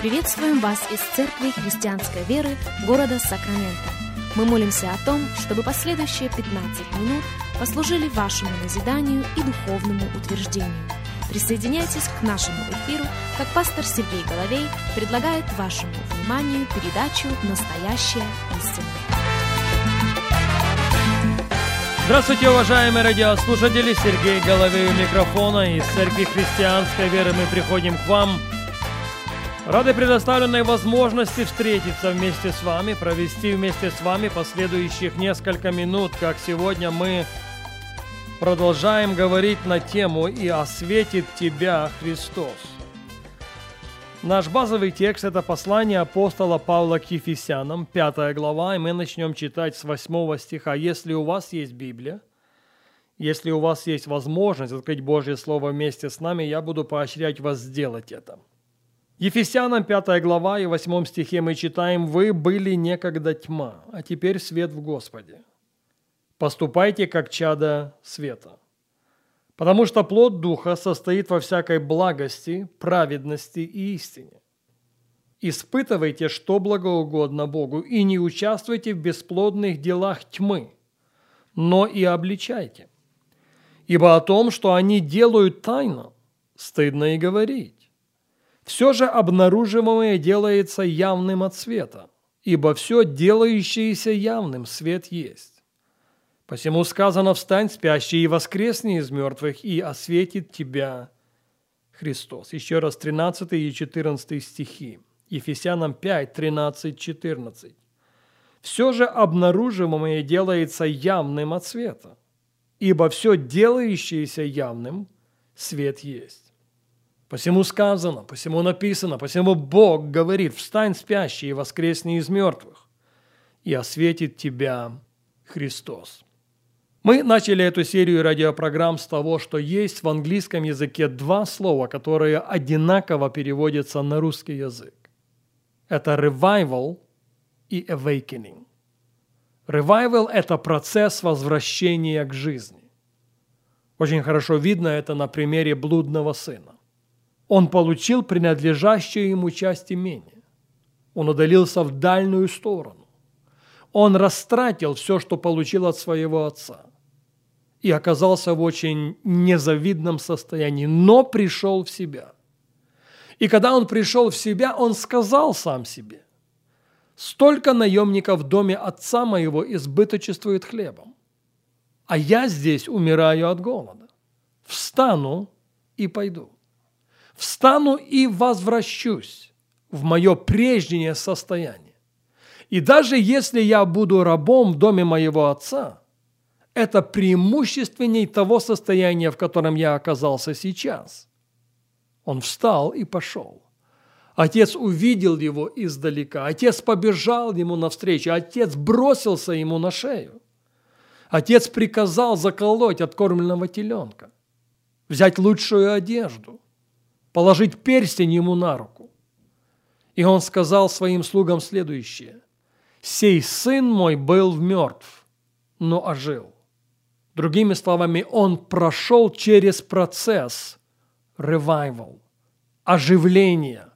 Приветствуем вас из Церкви Христианской Веры города Сакраменто. Мы молимся о том, чтобы последующие 15 минут послужили вашему назиданию и духовному утверждению. Присоединяйтесь к нашему эфиру, как пастор Сергей Головей предлагает вашему вниманию передачу «Настоящая истина». Здравствуйте, уважаемые радиослушатели! Сергей Головей у микрофона. Из Церкви Христианской Веры мы приходим к вам. Рады предоставленной возможности встретиться вместе с вами, провести вместе с вами последующих несколько минут, как сегодня мы продолжаем говорить на тему «И осветит тебя Христос». Наш базовый текст – это послание апостола Павла к Ефесянам, 5 глава, и мы начнем читать с 8 стиха. Если у вас есть Библия, если у вас есть возможность открыть Божье Слово вместе с нами, я буду поощрять вас сделать это. Ефесянам 5 глава и 8 стихе мы читаем: «Вы были некогда тьма, а теперь свет в Господе. Поступайте, как чада света. Потому что плод Духа состоит во всякой благости, праведности и истине. Испытывайте, что благоугодно Богу, и не участвуйте в бесплодных делах тьмы, но и обличайте. Ибо о том, что они делают тайно, стыдно и говорить. Все же обнаруживаемое делается явным от света, ибо все делающееся явным свет есть. Посему сказано: встань, спящий, и воскресни из мертвых, и осветит тебя Христос». Еще раз 13 и 14 стихи. Ефесянам 5, 13, 14. «Все же обнаруживаемое делается явным от света, ибо все делающееся явным свет есть. Посему сказано, посему написано, посему Бог говорит: встань, спящий, и воскресни из мертвых, и осветит тебя Христос». Мы начали эту серию радиопрограмм с того, что есть в английском языке два слова, которые одинаково переводятся на русский язык. Это revival и awakening. Revival – это процесс возвращения к жизни. Очень хорошо видно это на примере блудного сына. Он получил принадлежащую ему часть имения. Он удалился в дальнюю сторону. Он растратил все, что получил от своего отца, и оказался в очень незавидном состоянии, но пришел в себя. И когда он пришел в себя, он сказал сам себе: «Столько наемников в доме отца моего избыточествует хлебом, а я здесь умираю от голода. Встану и пойду. Встану и возвращусь в мое прежнее состояние. И даже если я буду рабом в доме моего отца, это преимущественней того состояния, в котором я оказался сейчас». Он встал и пошел. Отец увидел его издалека. Отец побежал ему навстречу. Отец бросился ему на шею. Отец приказал заколоть откормленного теленка, взять лучшую одежду, положить перстень ему на руку. И он сказал своим слугам следующее: «Сей сын мой был мертв, но ожил». Другими словами, он прошел через процесс revival, оживления,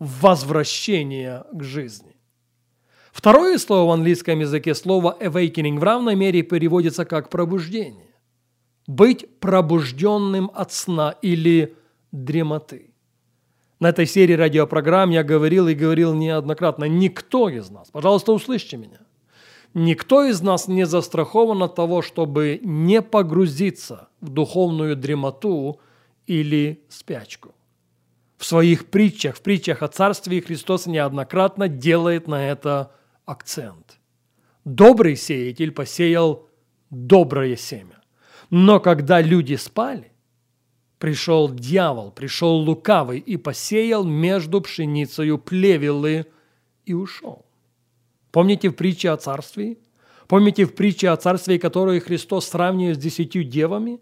возвращения к жизни. Второе слово в английском языке, слово awakening, в равной мере переводится как пробуждение. Быть пробужденным от сна или дремоты. На этой серии радиопрограмм я говорил и говорил неоднократно: никто из нас, пожалуйста, услышьте меня, никто из нас не застрахован от того, чтобы не погрузиться в духовную дремоту или спячку. В своих притчах, в притчах о Царстве Христос неоднократно делает на это акцент. Добрый сеятель посеял доброе семя. Но когда люди спали, пришел дьявол, пришел лукавый и посеял между пшеницею плевелы и ушел. Помните в притче о царстве? Помните в притче о царстве, которую Христос сравнивает с 10 девами?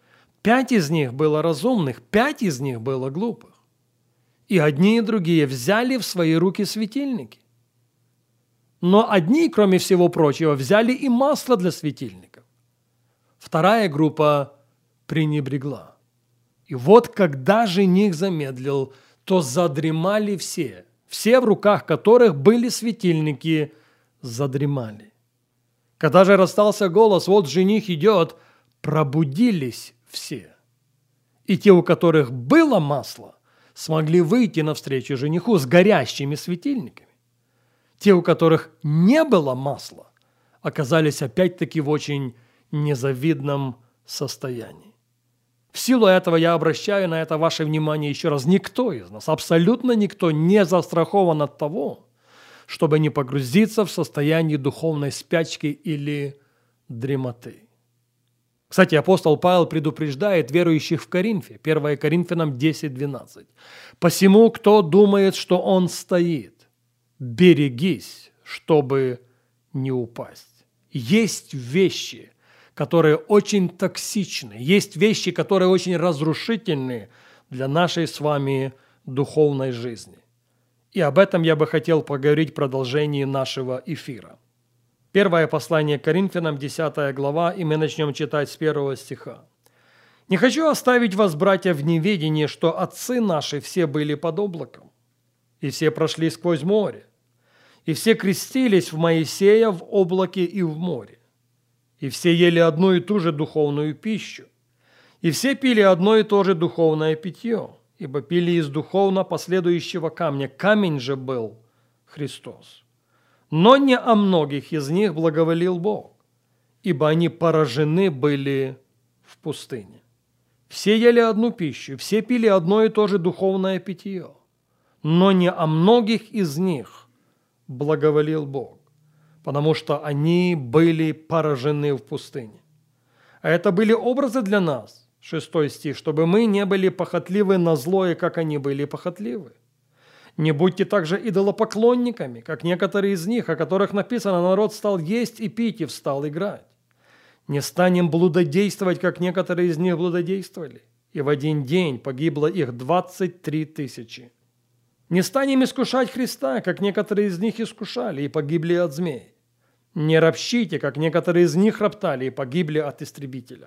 5 из них было разумных, 5 из них было глупых. И одни и другие взяли в свои руки светильники. Но одни, кроме всего прочего, взяли и масло для светильников. Вторая группа пренебрегла. И вот когда жених замедлил, то задремали все все в руках которых были светильники, задремали. Когда же расстался голос, вот жених идет, пробудились все. И те, у которых было масло, смогли выйти навстречу жениху с горящими светильниками. Те, у которых не было масла, оказались опять-таки в очень незавидном состоянии. В силу этого я обращаю на это ваше внимание еще раз. Никто из нас, абсолютно никто не застрахован от того, чтобы не погрузиться в состояние духовной спячки или дремоты. Кстати, апостол Павел предупреждает верующих в Коринфе, 1 Коринфянам 10:12. «Посему, кто думает, что он стоит, берегись, чтобы не упасть». Есть вещи, которые очень токсичны, есть вещи, которые очень разрушительны для нашей с вами духовной жизни. И об этом я бы хотел поговорить в продолжении нашего эфира. Первое послание к Коринфянам, 10 глава, и мы начнем читать с 1 стиха. «Не хочу оставить вас, братья, в неведении, что отцы наши все были под облаком, и все прошли сквозь море, и все крестились в Моисея в облаке и в море, и все ели одну и ту же духовную пищу, и все пили одно и то же духовное питье, ибо пили из духовно последующего камня. Камень же был Христос. Но не о многих из них благоволил Бог, ибо они поражены были в пустыне. Все ели одну пищу, все пили одно и то же духовное питье, но не о многих из них благоволил Бог, потому что они были поражены в пустыне. А это были образы для нас, 6 стих, чтобы мы не были похотливы на злое, как они были похотливы. Не будьте также идолопоклонниками, как некоторые из них, о которых написано: народ стал есть и пить, и встал играть. Не станем блудодействовать, как некоторые из них блудодействовали, и в один день погибло их 23 тысячи. Не станем искушать Христа, как некоторые из них искушали, и погибли от змей. Не ропщите, как некоторые из них роптали, и погибли от истребителя.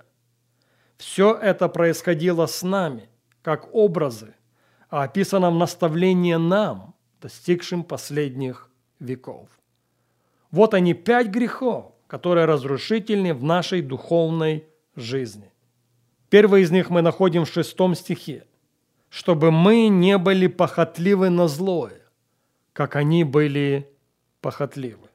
Все это происходило с нами, как образы, а описано в наставлении нам, достигшим последних веков. Вот они 5 грехов, которые разрушительны в нашей духовной жизни. Первый из них мы находим в 6 стихе. «Чтобы мы не были похотливы на злое, как они были похотливы».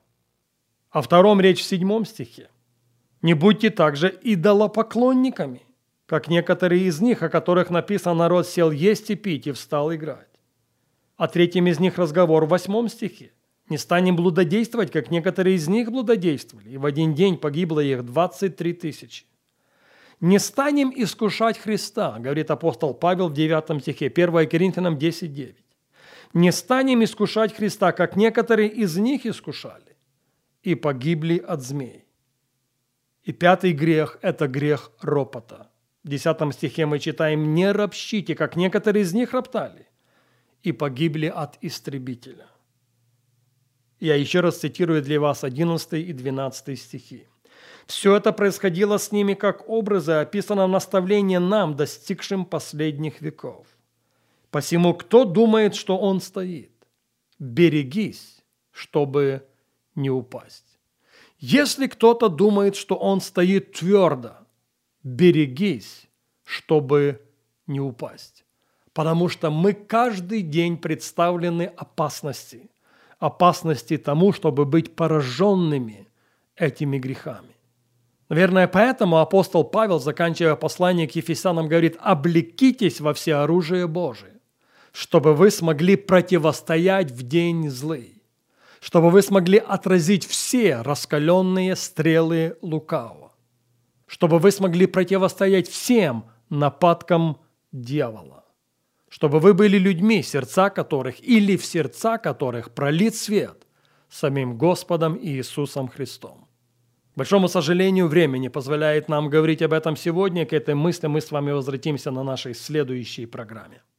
О втором речь в 7 стихе. «Не будьте также идолопоклонниками, как некоторые из них, о которых написано: народ сел есть и пить, и встал играть». О третьем из них разговор в 8 стихе. «Не станем блудодействовать, как некоторые из них блудодействовали, и в один день погибло их 23 тысячи». «Не станем искушать Христа», говорит апостол Павел в 9 стихе, 1 Коринфянам 10:9. «Не станем искушать Христа, как некоторые из них искушали, и погибли от змей». И 5 грех – это грех ропота. В 10 стихе мы читаем: «Не ропщите, как некоторые из них роптали, и погибли от истребителя». Я еще раз цитирую для вас 11 и 12 стихи. «Все это происходило с ними как образы, описано в наставлении нам, достигшим последних веков. Посему, кто думает, что он стоит, берегись, чтобы не упасть. Если кто-то думает, что он стоит твердо, берегись, чтобы не упасть». Потому что мы каждый день представлены опасности тому, чтобы быть пораженными этими грехами. Наверное, поэтому апостол Павел, заканчивая послание к Ефесянам, говорит: «Облекитесь во всеоружие Божие, чтобы вы смогли противостоять в день злый, чтобы вы смогли отразить все раскаленные стрелы лукавого, чтобы вы смогли противостоять всем нападкам дьявола, чтобы вы были людьми, в сердца которых пролит свет самим Господом Иисусом Христом». К большому сожалению, время не позволяет нам говорить об этом сегодня. К этой мысли мы с вами возвратимся на нашей следующей программе.